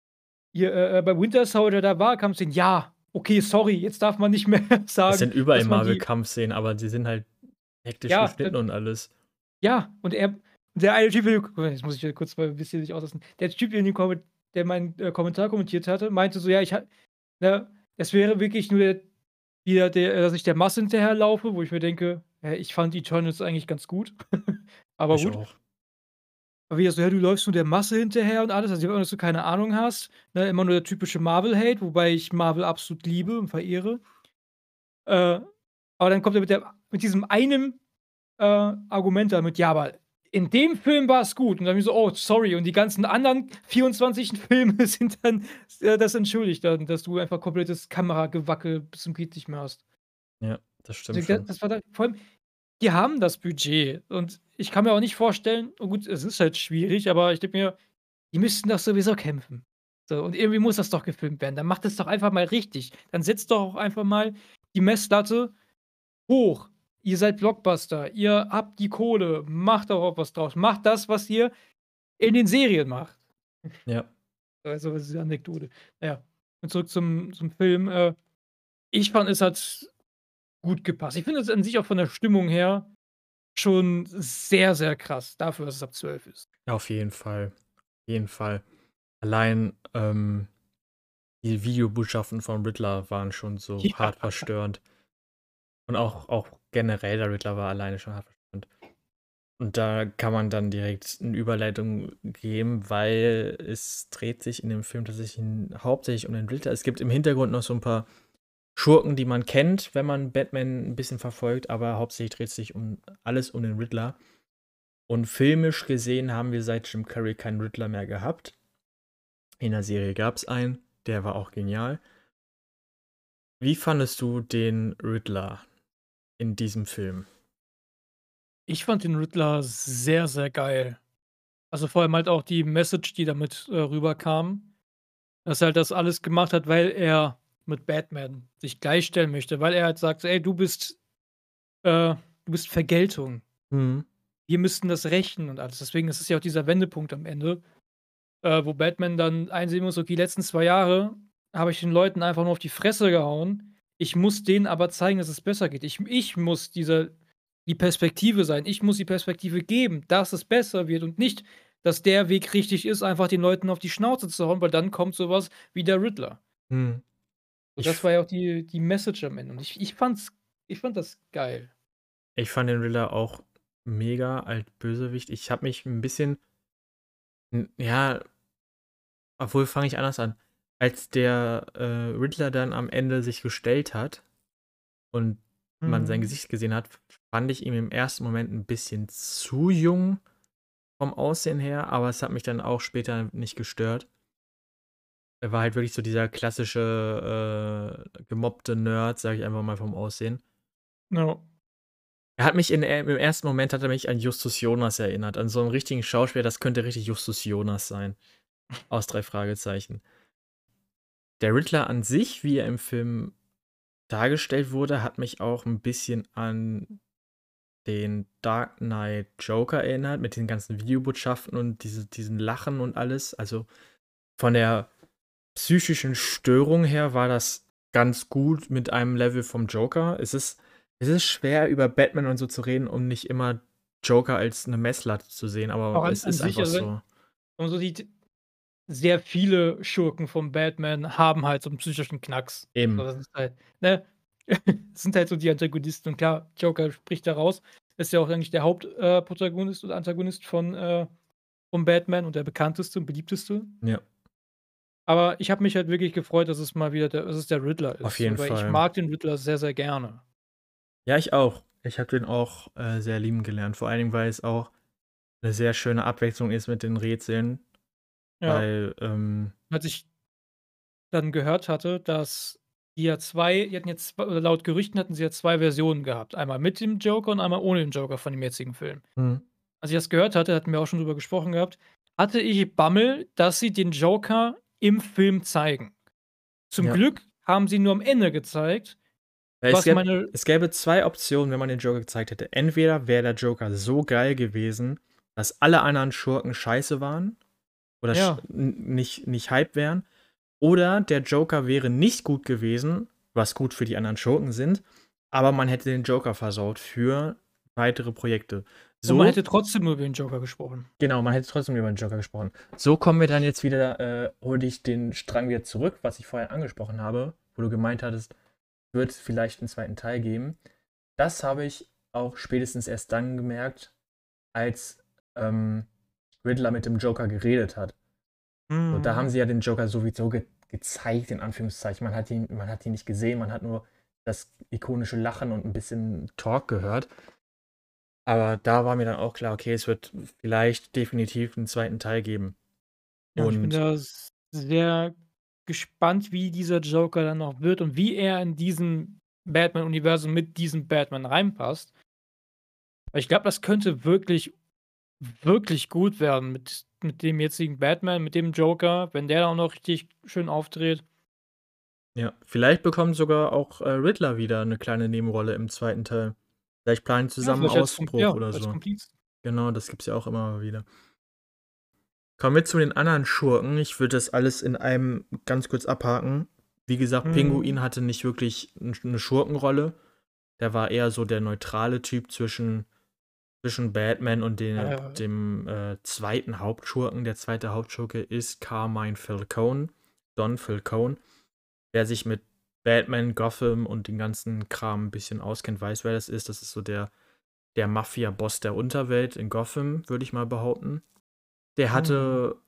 bei Winter Soldier, da war Kampfszenen." Ja, okay, sorry, jetzt darf man nicht mehr Es sagen, sind überall dass man die Marvel-Kampfszenen, aber die sind halt hektisch ja, geschnitten und alles. ja, und der eine Typ, jetzt muss ich hier kurz mal 'n bisschen mich auslassen. Der Typ in dem der meinen, Kommentar kommentiert hatte, meinte so: „Ja, ne, es wäre wirklich nur dass ich der Masse hinterherlaufe", wo ich mir denke: ich fand Eternals eigentlich ganz gut." Aber Ich gut. auch. Aber wieder so: „Ja, du läufst nur der Masse hinterher und alles, also dass du keine Ahnung hast", ne? Immer nur der typische Marvel-Hate, wobei ich Marvel absolut liebe und verehre. Äh, aber dann kommt er mit diesem einen, Argument damit: „Ja, aber in dem Film war es gut." Und dann bin ich so: „Oh, sorry." Und die ganzen anderen 24 Filme sind dann das entschuldigt dann, dass du einfach komplettes Kameragewackel bis zum geht nicht mehr hast. Ja, das stimmt Also, schon. das war da vor allem, die haben das Budget und ich kann mir auch nicht vorstellen, oh gut, es ist halt schwierig, aber ich denke mir, die müssten doch sowieso kämpfen. So, und irgendwie muss das doch gefilmt werden. Dann macht es doch einfach mal richtig. Dann setzt doch auch einfach mal die Messlatte hoch. Ihr seid Blockbuster, ihr habt die Kohle, macht doch auch was draus. Macht das, was ihr in den Serien macht. Ja. Also, das ist 'ne Anekdote. Na ja, und zurück zum Film. Ich fand, es hat gut gepasst. Ich finde es an sich auch von der Stimmung her schon sehr, sehr krass dafür, dass es ab 12 ist. Auf jeden Fall. Auf jeden Fall. Allein, die Videobotschaften von Riddler waren schon so Ja. hart verstörend. Und auch generell der Riddler war alleine schon hart verstörend. Und da kann man dann direkt 'ne Überleitung geben, weil es dreht sich in dem Film tatsächlich hauptsächlich um den Riddler. Es gibt im Hintergrund noch so 'n paar Schurken, die man kennt, wenn man Batman 'n bisschen verfolgt, aber hauptsächlich dreht sich alles um den Riddler. Und filmisch gesehen haben wir seit Jim Carrey keinen Riddler mehr gehabt. In der Serie gab's einen, der war auch genial. Wie fandest du den Riddler in diesem Film? Ich fand den Riddler sehr, sehr geil. Also, vor allem halt auch die Message, die damit, rüberkam, dass er halt das alles gemacht hat, weil er mit Batman sich gleichstellen möchte, weil er halt sagt so: „Ey, du bist Vergeltung. Mhm. Wir müssten das rächen" und alles. Deswegen ist es ja auch dieser Wendepunkt am Ende, wo Batman dann einsehen muss: „Okay, die letzten 2 Jahre habe ich den Leuten einfach nur auf die Fresse gehauen. Ich muss denen aber zeigen, dass es besser geht. Ich muss die Perspektive sein. Ich muss die Perspektive geben, dass es besser wird und nicht, dass der Weg richtig ist, einfach den Leuten auf die Schnauze zu hauen, weil dann kommt so was wie der Riddler." Mhm. Und Ich das war ja auch die Message am Ende. Und ich fand das geil. ich fand den Riddler auch mega als Bösewicht. Ich habe mich 'n bisschen ja, obwohl fange ich anders an. Als der, Riddler dann am Ende sich gestellt hat und man sein Mhm. Gesicht gesehen hat, fand ich ihn im ersten Moment 'n bisschen zu jung vom Aussehen her, aber es hat mich dann auch später nicht gestört. Er war halt wirklich so dieser klassische, gemobbte Nerd, sage ich einfach mal vom Aussehen. Ja. Er hat mich im ersten Moment hat er mich an Justus Jonas erinnert, an so 'n richtigen Schauspieler, das könnte richtig Justus Jonas sein, aus 3 Fragezeichen. Der Riddler an sich, wie er im Film dargestellt wurde, hat mich auch 'n bisschen an den Dark Knight Joker erinnert, mit den ganzen Videobotschaften und diesen Lachen und alles. Also, von der psychischen Störung her war das ganz gut mit einem Level vom Joker. Es ist schwer, über Batman und so zu reden, um nicht immer Joker als eine Messlatte zu sehen, Auch aber es an ist sich, einfach also, wenn so. man so sieht, sehr viele Schurken von Batman haben halt so 'n psychischen Knacks. So, Eben, das ist halt, ne? Das sind halt so die Antagonisten und klar, Joker spricht da raus. Ist ja auch eigentlich der Protagonist oder Antagonist von Batman und der bekannteste und beliebteste. ja, Aber ich habe mich halt wirklich gefreut, dass es der Riddler auf ist, jeden so, weil ich Fall. mag den Riddler sehr, sehr gerne. Ja, ich auch. Ich habe den auch, sehr lieben gelernt, vor allen Dingen, weil es auch eine sehr schöne Abwechslung ist mit den Rätseln, Ja, weil, als ich dann gehört hatte, dass die hatten jetzt zw oder laut Gerüchten hatten sie ja 2 Versionen gehabt. Einmal mit dem Joker und einmal ohne den Joker von dem jetzigen Film. mhm, Als ich das gehört hatte, hatten wir auch schon drüber gesprochen gehabt, hatte ich Bammel, dass sie den Joker im Film zeigen. Zum ja. Glück haben sie ihn nur am Ende gezeigt, Weil was meine es gäbe 2 Optionen, wenn man den Joker gezeigt hätte. Entweder wäre der Joker so geil gewesen, dass alle anderen Schurken scheiße waren oder ja, nicht Hype wären, oder der Joker wäre nicht gut gewesen, was gut für die anderen Schurken sind, aber man hätte den Joker versaut für weitere Projekte. und man So hätte trotzdem nur über den Joker gesprochen. genau, man hätte trotzdem über den Joker gesprochen. So kommen wir dann jetzt wieder hole ich den Strang wieder zurück, was ich vorher angesprochen habe, wo du gemeint hattest, wird vielleicht einen zweiten Teil geben. Das habe ich auch spätestens erst dann gemerkt, als Riddler mit dem Joker geredet hat. So, da haben Mhm. sie ja den Joker sowieso gezeigt, in Anführungszeichen. Man hat ihn nicht gesehen, man hat nur das ikonische Lachen und ein bisschen Talk gehört. Aber da war mir dann auch klar, okay, es wird vielleicht definitiv einen zweiten Teil geben. Ja, und ich bin Und da sehr gespannt, wie dieser Joker dann noch wird und wie er in diesem Batman-Universum mit diesem Batman reinpasst. Weil ich glaube, das könnte wirklich, wirklich gut werden mit dem jetzigen Batman, mit dem Joker, wenn der auch noch richtig schön auftritt. ja, vielleicht bekommt sogar auch Riddler wieder eine kleine Nebenrolle im zweiten Teil. Vielleicht planen die Ja, zusammen einen vielleicht Ausbruch oder als so. Kompliz. Genau, das gibt's ja auch immer mal wieder. Kommen wir zu den anderen Schurken. Ich würde das alles in einem ganz kurz abhaken. Wie gesagt, Mhm. Pinguin hatte nicht wirklich eine Schurkenrolle. Der war eher so der neutrale Typ zwischen Batman und Äh, dem zweiten Hauptschurken. Der zweite Hauptschurke ist Carmine Falcone, Don Falcone. Wer sich mit Batman, Gotham und den ganzen Kram ein bisschen auskennt, weiß, wer das ist. Das ist so der Mafia-Boss der Unterwelt in Gotham, würde ich mal behaupten. Der mhm. hatte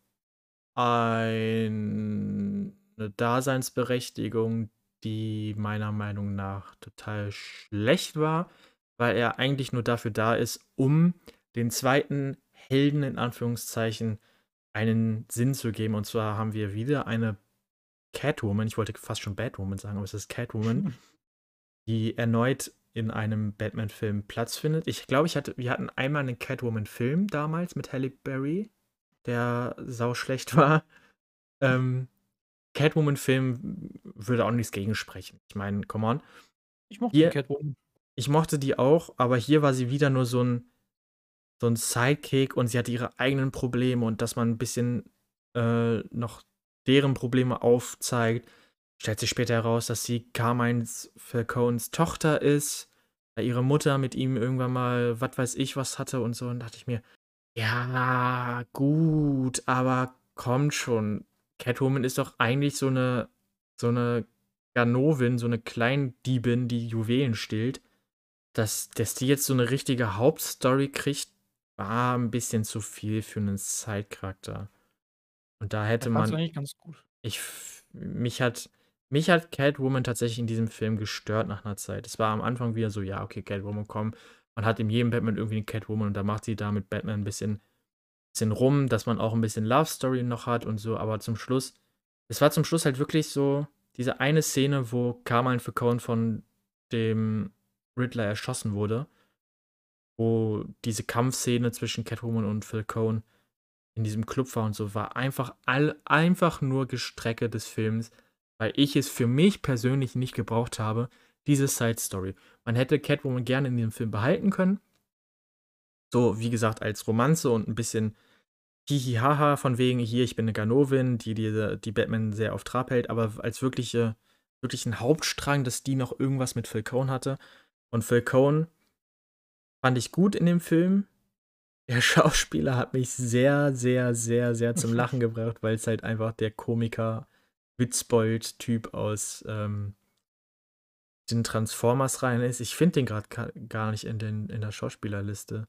eine Daseinsberechtigung, die meiner Meinung nach total schlecht war, weil er eigentlich nur dafür da ist, um den zweiten Helden in Anführungszeichen einen Sinn zu geben. Und zwar haben wir wieder eine Catwoman, ich wollte fast schon Batwoman sagen, aber es ist Catwoman, die erneut in einem Batman-Film Platz findet. Ich glaube, wir hatten einmal einen Catwoman-Film damals mit Halle Berry, der sauschlecht war. Ähm, Catwoman-Film würde auch nichts gegen sprechen. Ich meine, come on. Ich mochte die Hier, Catwoman. ich mochte die auch, aber hier war sie wieder nur so ein Sidekick und sie hatte ihre eigenen Probleme und dass man ein bisschen noch deren Probleme aufzeigt, stellt sich später heraus, dass sie Carmines Falcones Tochter ist, weil ihre Mutter mit ihm irgendwann mal, was weiß ich, was hatte und so. Und dachte ich mir, ja, gut, aber kommt schon. Catwoman ist doch eigentlich so eine Ganovin, so eine Kleindiebin, die Juwelen stiehlt. Dass die jetzt so eine richtige Hauptstory kriegt, war ein bisschen zu viel für einen Side-Charakter. Und da hätte Ich fand's man eigentlich ganz gut. ich f mich hat Catwoman tatsächlich in diesem Film gestört nach einer Zeit. Es war am Anfang wieder so: „Ja, okay, Catwoman, komm.“ Man hat in jedem Batman irgendwie 'ne Catwoman und da macht sie da mit Batman 'n bisschen rum, dass man auch ein bisschen Love Story noch hat und so, aber es war zum Schluss halt wirklich so diese eine Szene, wo Carmine Falcone von dem Riddler erschossen wurde, wo diese Kampfszene zwischen Catwoman und Falcone in diesem Club war und so, war einfach nur Gestrecke des Films, weil ich es für mich persönlich nicht gebraucht habe, diese Side Story. Man hätte Catwoman gerne in diesem Film behalten können, so wie gesagt als Romanze und ein bisschen Hihi-Haha von wegen: „Hier, ich bin 'ne Ganovin“, die Batman sehr auf Trab hält, aber als wirklichen Hauptstrang, dass die noch irgendwas mit Falcone hatte. Und Falcone fand ich gut in dem Film. Der Schauspieler hat mich sehr, sehr, sehr, sehr zum Lachen gebracht, weil's halt einfach der Komiker, Witzbold-Typ aus, den Transformers-Reihen ist. Ich finde den grad gar nicht in der Schauspielerliste.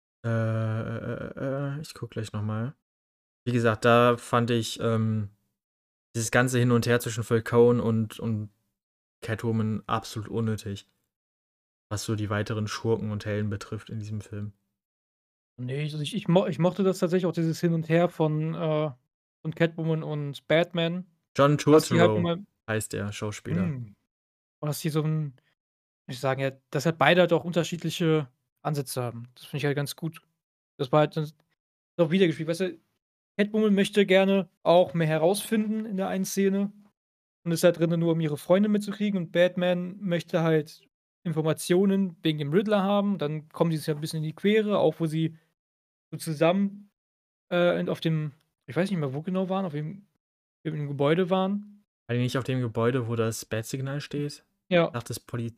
Ich gucke gleich noch mal. Wie gesagt, da fand ich, dieses ganze Hin und Her zwischen Falcone und Catwoman absolut unnötig, was so die weiteren Schurken und Helden betrifft in diesem Film. Ne, also ich mochte das tatsächlich auch dieses Hin und Her von Catwoman und Batman, John dass die halt Turturro immer heißt der Schauspieler. hm, dass die so 'n wie soll ich sagen, ja, dass halt beide halt auch unterschiedliche Ansätze haben. Das finde ich halt ganz gut. Das war halt dann auch widergespiegelt. Weißt du, Catwoman möchte gerne auch mehr herausfinden in der einen Szene und ist da drinnen nur, um ihre Freunde mitzukriegen und Batman möchte halt Informationen wegen dem Riddler haben. Dann kommen die sich ja 'n bisschen in die Quere, auch wo sie so zusammen, auf dem ich weiß nicht mehr, wo genau waren, auf irgend 'nem Gebäude waren. War die nicht auf dem Gebäude, wo das Bat-Signal steht? Ja, Nach des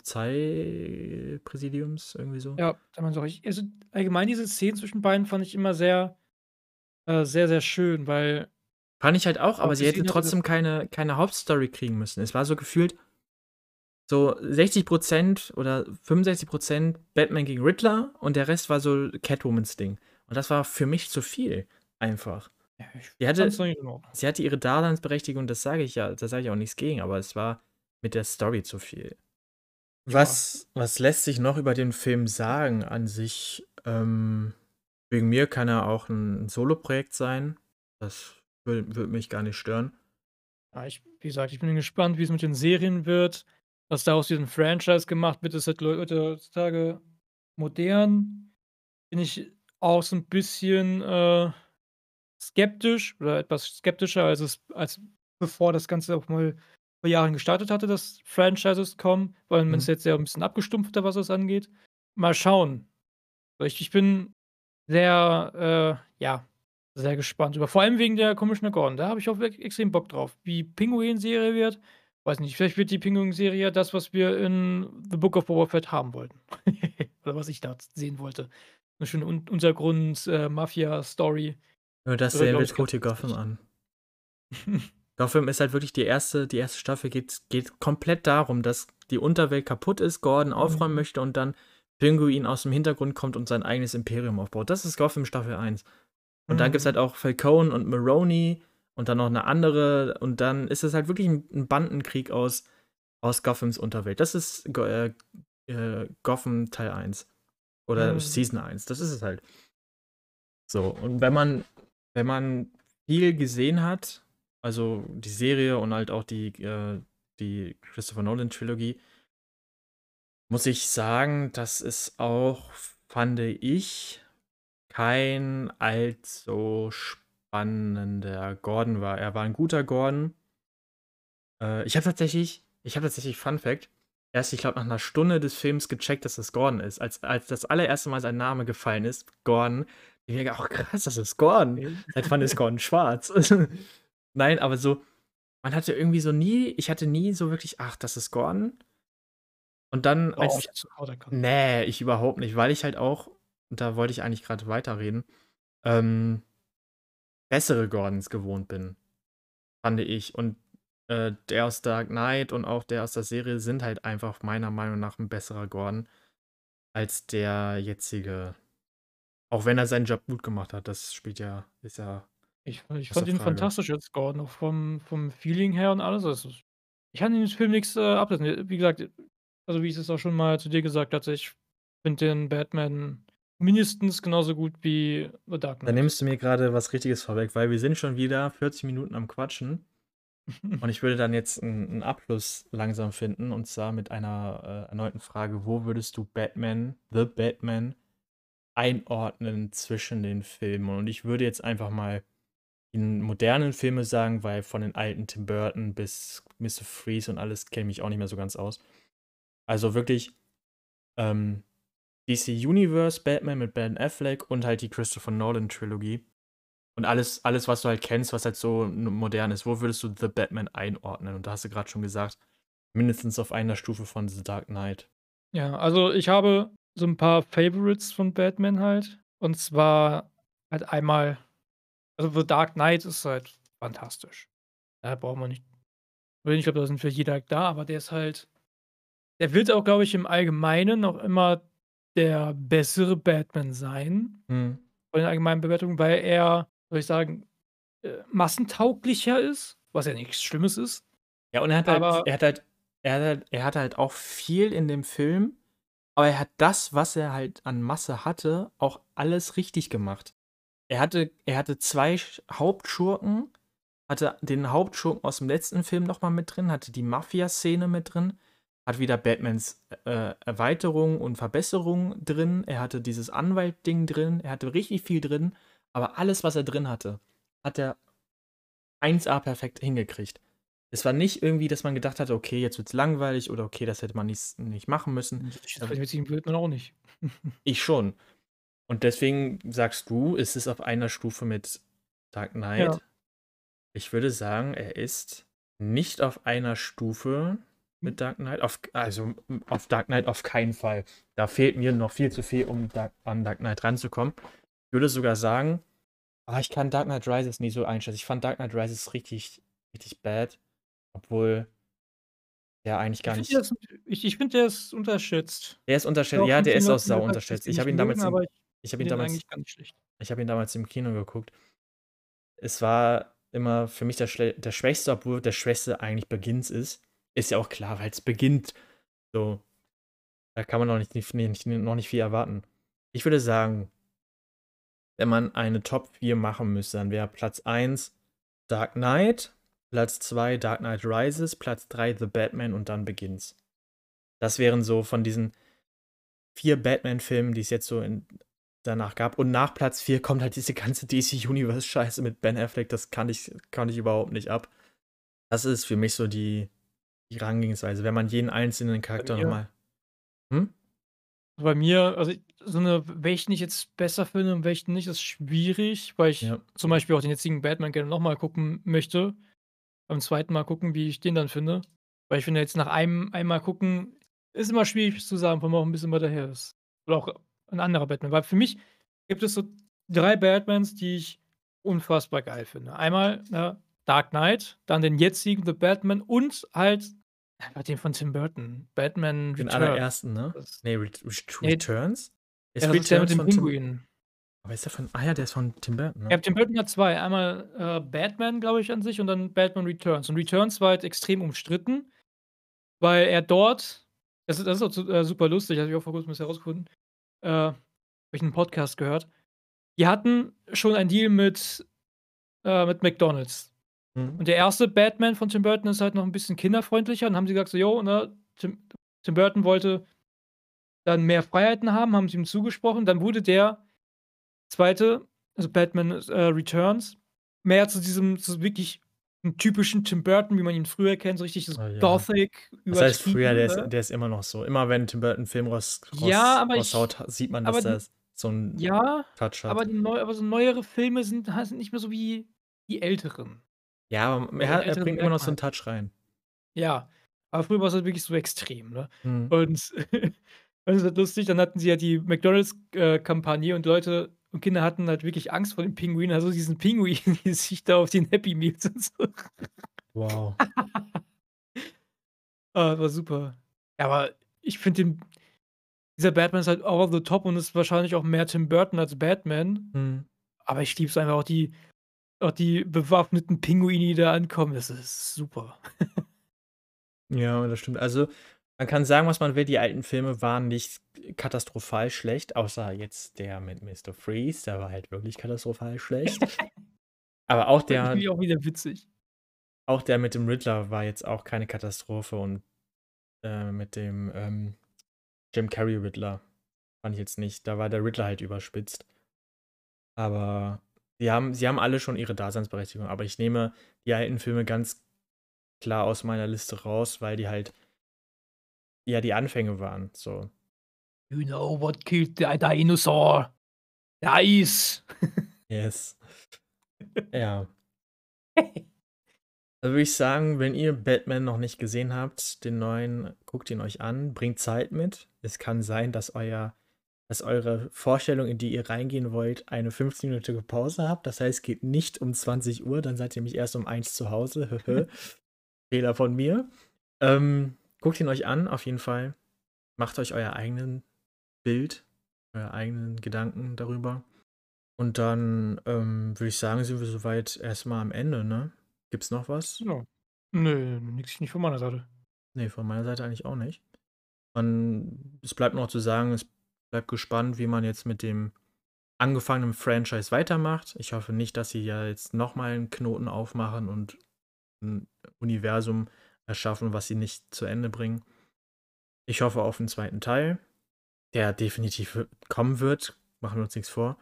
Polizeipräsidiums, irgendwie so? ja, da waren sie auch also, allgemein diese Szenen zwischen beiden fand ich immer sehr, sehr schön, weil Fand ich halt auch, man auch aber sie hätte gesehen hatte, dass trotzdem keine Hauptstory kriegen müssen. Es war so gefühlt so 60 oder 65 Batman gegen Riddler und der Rest war so Catwomans Ding. Und das war für mich zu viel einfach. ja, ich Sie fand's hatte noch in Ordnung. sie hatte ihre Daseinsberechtigung, das sage ich ja, da sage ich auch nichts gegen, aber es war mit der Story zu viel. Ja, Was lässt sich noch über den Film sagen an sich? Wegen mir kann er auch ein Soloprojekt sein. Das würde mich gar nicht stören. ja, wie gesagt, ich bin gespannt, wie's mit den Serien wird, was da aus diesem Franchise gemacht wird. Ist halt heutzutage modern. Bin ich auch so 'n bisschen, skeptisch oder etwas skeptischer, als bevor das Ganze auch mal vor Jahren gestartet hatte, dass Franchises kommen, weil man ist Mhm. jetzt ja 'n bisschen abgestumpfter, was das angeht. Mal schauen. Ich bin ja, sehr gespannt vor allem wegen der Commissioner Gordon. Da habe ich auch wirklich extrem Bock drauf. Wie Pinguin-Serie wird, weiß nicht, vielleicht wird die Pinguin-Serie ja das, was wir in The Book of Boba Fett haben wollten. Oder was ich da sehen wollte. 'Ne schöne Untergrund Mafia-Story. Wenn du das Das wäre, sehen glaube willst, ich, guck ganz dir Gotham witzig. an. Gotham ist halt wirklich die erste Staffel geht komplett darum, dass die Unterwelt kaputt ist, Gordon aufräumen Mhm. möchte und dann Pinguin aus dem Hintergrund kommt und sein eigenes Imperium aufbaut. Das ist Gotham Staffel 1. Und dann gibt's Mhm. halt auch Falcone und Maroni und dann noch 'ne andere und dann ist es halt wirklich 'n Bandenkrieg aus Gothams Unterwelt. Das ist Gotham Teil 1 oder Mhm. Season 1. Das ist es halt. So, und wenn man viel gesehen hat, also die Serie und halt auch die Christopher Nolan-Trilogie, muss ich sagen, dass es auch, fand ich, kein allzu spannender Gordon war. Er war ein guter Gordon. Ich habe tatsächlich Fun Fact, erst, ich glaube, nach einer Stunde des Films gecheckt, dass es Gordon ist. Als das allererste Mal sein Name gefallen ist, Gordon, ich mir gedacht: „Oh krass, das ist Gordon. Okay. Seit wann ist Gordon schwarz?“ Nein, aber so ich hatte nie so wirklich: „Ach, das ist Gordon.“ Und dann Oh, ich als hätte sofort erkannt. ne, ich überhaupt nicht, weil ich halt auch und da wollte ich eigentlich grad weiterreden, ähm, bessere Gordons gewohnt bin, fand ich. Und, der aus Dark Knight und auch der aus der Serie sind halt einfach meiner Meinung nach 'n besserer Gordon als der jetzige. Auch wenn er seinen Job gut gemacht hat, das ist ja Ich außer fand ihn Frage. fantastisch als Gordon, auch vom Feeling her und alles. Ich kann in dem Film nix, ablassen. Wie gesagt, also, wie ich es auch schon mal zu dir gesagt hatte, ich finde den Batman mindestens genauso gut wie The Dark Da Knight. nimmst du mir grade was Richtiges vorweg, weil wir sind schon wieder 40 Minuten am Quatschen und ich würde dann jetzt 'n Abschluss langsam finden und zwar mit einer, erneuten Frage: Wo würdest du The Batman einordnen zwischen den Filmen? Und ich würde jetzt einfach mal die modernen Filme sagen, weil von den alten Tim Burton bis Mr. Freeze und alles kenne ich mich auch nicht mehr so ganz aus. Also wirklich, ähm, DC Universe Batman mit Ben Affleck und halt die Christopher Nolan Trilogie. Und alles, was du halt kennst, was halt so modern ist, wo würdest du The Batman einordnen? Und da hast du gerade schon gesagt, mindestens auf einer Stufe von The Dark Knight. Ja, also ich habe so 'n paar Favorites von Batman halt. Und zwar halt einmal also The Dark Knight ist halt fantastisch. Da braucht man nicht ich glaube, da sind für jeder da, aber der wird auch, glaube ich, im Allgemeinen noch immer der bessere Batman sein Mhm. von den allgemeinen Bewertungen, weil er, soll ich sagen, massentauglicher ist, was ja nichts Schlimmes ist, Ja, und aber er hat halt auch viel in dem Film, aber er hat das, was er halt an Masse hatte, auch alles richtig gemacht. Er hatte 2 Hauptschurken, hatte den Hauptschurken aus dem letzten Film noch mal mit drin, hatte die Mafia-Szene mit drin, hat wieder Batmans, Erweiterung und Verbesserung drin. Er hatte dieses Anwalt-Ding drin. Er hatte richtig viel drin, aber alles, was er drin hatte, hat er 1A perfekt hingekriegt. Es war nicht irgendwie, dass man gedacht hat: „Okay, jetzt wird's langweilig“ oder „Okay, das hätte man nicht machen müssen.“ das Ähm, mit ihm wird man auch nicht. ich schon. Und deswegen sagst du, ist es auf einer Stufe mit Dark Ja. Knight. Ich würde sagen, er ist nicht auf einer Stufe Hm. mit Dark Knight. Auf Dark Knight auf keinen Fall. Da fehlt mir noch viel zu viel, um an Dark Knight ranzukommen. Ich würde sogar sagen, ich kann Dark Knight Rises nie so einschätzen. Ich fand Dark Knight Rises richtig, richtig bad, obwohl der eigentlich Ich gar finde, nicht. ich finde, der ist unterschätzt. Der ist Ich höre unterschätzt. auch Ja, von der ist vielen auch Leuten sau gehört, dass unterschätzt. die nicht mögen, aber ich Ich habe ihn finde den damals, eigentlich gar nicht schlecht. ich habe ihn damals im Kino geguckt. Es war immer für mich der Schwächste, obwohl der Schwächste eigentlich Begins ist. Ist ja auch klar, weil es beginnt. So, da kann man noch nicht viel erwarten. Ich würde sagen, wenn man eine Top 4 machen müsste, dann wäre Platz 1 Dark Knight, Platz 2 Dark Knight Rises, Platz 3 The Batman und dann Begins. Das wären so von diesen 4 Batman-Filmen, die es jetzt so danach gab. Und nach Platz 4 kommt halt diese ganze DC-Universe-Scheiße mit Ben Affleck. Das kann ich überhaupt nicht ab. Das ist für mich so die Herangehensweise, wenn man jeden einzelnen Bei Charakter mir nochmal. Hm? bei mir also, so 'ne welchen ich jetzt besser finde und welchen nicht, ist schwierig, weil ich Ja. zum Beispiel auch den jetzigen Batman gerne noch mal gucken möchte. Beim zweiten Mal gucken, wie ich den dann finde. Weil ich finde jetzt nach einmal gucken ist immer schwierig zu sagen, vor allem auch 'n bisschen weiter her ist. Oder auch 'n anderer Batman. Weil für mich gibt es so 3 Batmans, die ich unfassbar geil finde. Einmal, ne, Dark Knight, dann den jetzigen The Batman und halt einfach den von Tim Burton, Batman Den Returns. allerersten, ne? Das Ne, ne, Returns? ja, Ist das ist der mit Returns dem von Tim. Pinguin. Aber ist der von. Ah ja, der ist von Tim Burton, Ja, ne? Tim Burton hat 2. Einmal, Batman, glaube ich, an sich und dann Batman Returns. Und Returns war halt extrem umstritten. Weil er dort das ist auch super lustig, habe ich auch vor Kurzem erst herausgefunden, habe ich 'nen Podcast gehört. Die hatten schon einen Deal mit McDonald's. Mhm. Und der erste Batman von Tim Burton ist halt noch 'n bisschen kinderfreundlicher. Dann haben sie gesagt so: „Jo, ne, Tim Burton wollte dann mehr Freiheiten haben“, haben sie ihm zugesprochen. Dann wurde der zweite, also Batman, Returns, mehr zu diesem so wirklich 'n typischen Tim Burton, wie man ihn früher kennt, so richtig das Oh ja. Gothic, Das heißt früher, übertrieben, ne? der ist immer noch so. Immer wenn Tim Burton 'n Film Ja, raushaut, sieht man, dass aber der die so 'n ja, Touch hat. aber so neuere Filme sind nicht mehr so wie die älteren. Ja, aber So, den er älteren bringt immer merkt noch man so 'n halt. Touch rein. Ja, aber früher war's halt wirklich so extrem, ne? Mhm. Und das ist halt lustig, dann hatten sie ja die McDonald's, Kampagne und Leute und Kinder hatten halt wirklich Angst vor dem Pinguin, also diesen Pinguin, die sich da auf den Happy Meals und so. Wow. Ah, war super. Ja, aber ich finde dieser Batman ist halt over the top und ist wahrscheinlich auch mehr Tim Burton als Batman, Mhm. aber ich liebe es einfach auch die bewaffneten Pinguine, die da ankommen, das ist super. Ja, das stimmt. Also, man kann sagen, was man will, die alten Filme waren nicht katastrophal schlecht, außer jetzt der mit Mister Freeze, der war halt wirklich katastrophal schlecht. Aber Aber irgendwie auch wieder witzig. auch der mit dem Riddler war jetzt auch keine Katastrophe und, mit dem, Jim Carrey Riddler fand ich jetzt nicht. Da war der Riddler halt überspitzt. Aber sie haben alle schon ihre Daseinsberechtigung, aber ich nehme die alten Filme ganz klar aus meiner Liste raus, weil die halt, ja, die Anfänge waren, so. You know what killed the dinosaur? The ice. Yes. Ja. Also würde ich sagen, wenn ihr Batman noch nicht gesehen habt, den neuen, guckt ihn euch an, bringt Zeit mit. Es kann sein, dass eure Vorstellung, in die ihr reingehen wollt, eine 15-minütige Pause habt. Das heißt, geht nicht um 20 Uhr, dann seid ihr nämlich erst um 1 zu Hause. Fehler von mir. Guckt ihn euch an, auf jeden Fall. Macht euch euer eigenen Bild, euer eigenen Gedanken darüber. Und dann würde ich sagen, sind wir soweit erstmal am Ende, ne? Gibt's noch was? Ja. Nö, nix nicht von meiner Seite. Nee, von meiner Seite eigentlich auch nicht. Es bleibt noch zu sagen, es bleibt gespannt, wie man jetzt mit dem angefangenen Franchise weitermacht. Ich hoffe nicht, dass sie ja jetzt nochmal einen Knoten aufmachen und ein Universum erschaffen, was sie nicht zu Ende bringen. Ich hoffe auf einen zweiten Teil, der definitiv kommen wird. Machen wir uns nichts vor.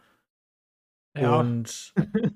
Ja. Und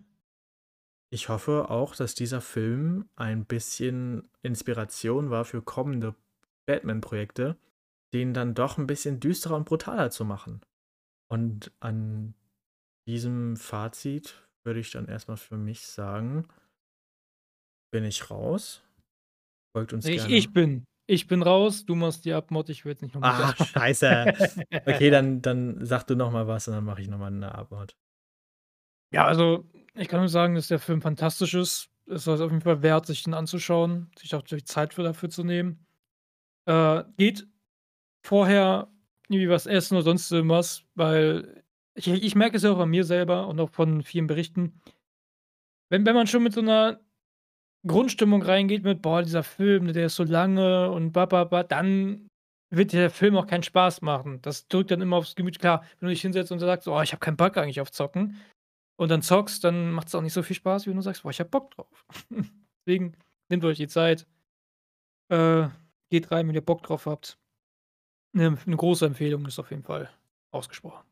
ich hoffe auch, dass dieser Film ein bisschen Inspiration war für kommende Batman-Projekte, den dann doch ein bisschen düsterer und brutaler zu machen. Und an diesem Fazit würde ich dann erstmal für mich sagen, bin ich raus. Folgt uns Ich gerne. ich bin ich bin raus, du machst die Abmod, ich will jetzt nicht noch mal Ah, sagen. scheiße. Okay, dann sag du noch mal was und dann mache ich noch mal 'ne Abmod. Ja, also, ich kann nur sagen, dass der Film fantastisch ist. Es ist auf jeden Fall wert, sich den anzuschauen, sich auch die Zeit für dafür zu nehmen. Geht vorher irgendwie was essen oder sonst irgendwas, weil ich merke es ja auch an mir selber und auch von vielen Berichten. Wenn man schon mit so 'ner Grundstimmung reingeht mit: „Boah, dieser Film, ne, der ist so lange und ba, ba, ba“, dann wird dir der Film auch keinen Spaß machen. Das drückt dann immer aufs Gemüt. Klar, wenn du dich hinsetzt und sagst: „Oh, ich habe keinen Bock eigentlich auf Zocken“ und dann zockst, dann macht's auch nicht so viel Spaß, wie wenn du sagst: „Boah, ich habe Bock drauf.“ Deswegen nehmt euch die Zeit, äh, geht rein, wenn ihr Bock drauf habt. 'Ne große Empfehlung ist auf jeden Fall ausgesprochen.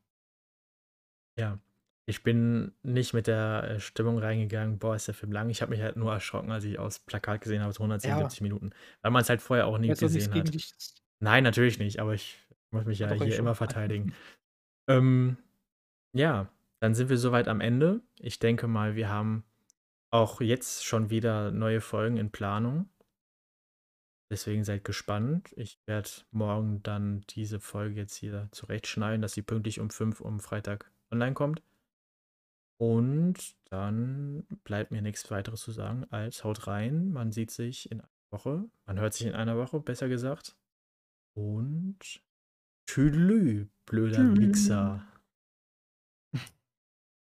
Ja. Ich bin nicht mit der, Stimmung reingegangen: „Boah, ist der Film lang.“ Ich habe mich halt nur erschrocken, als ich aufs Plakat gesehen habe, so Ja, 177 Minuten, weil man's halt vorher auch nie jetzt auch nix gesehen gegen hat. dich. Nein, natürlich nicht, aber ich muss mich Ah, ja doch, ich hier immer schon. verteidigen. Ähm, ja, dann sind wir soweit am Ende. Ich denke mal, wir haben auch jetzt schon wieder neue Folgen in Planung. Deswegen seid gespannt. Ich werde morgen dann diese Folge jetzt hier zurechtschneiden, dass sie pünktlich um 5 Uhr am Freitag online kommt. Und dann bleibt mir nichts weiteres zu sagen als haut rein. Man sieht sich in einer Woche. Man hört sich in einer Woche, besser gesagt. Und tschüdelü, blöder Tschüss. Wichser.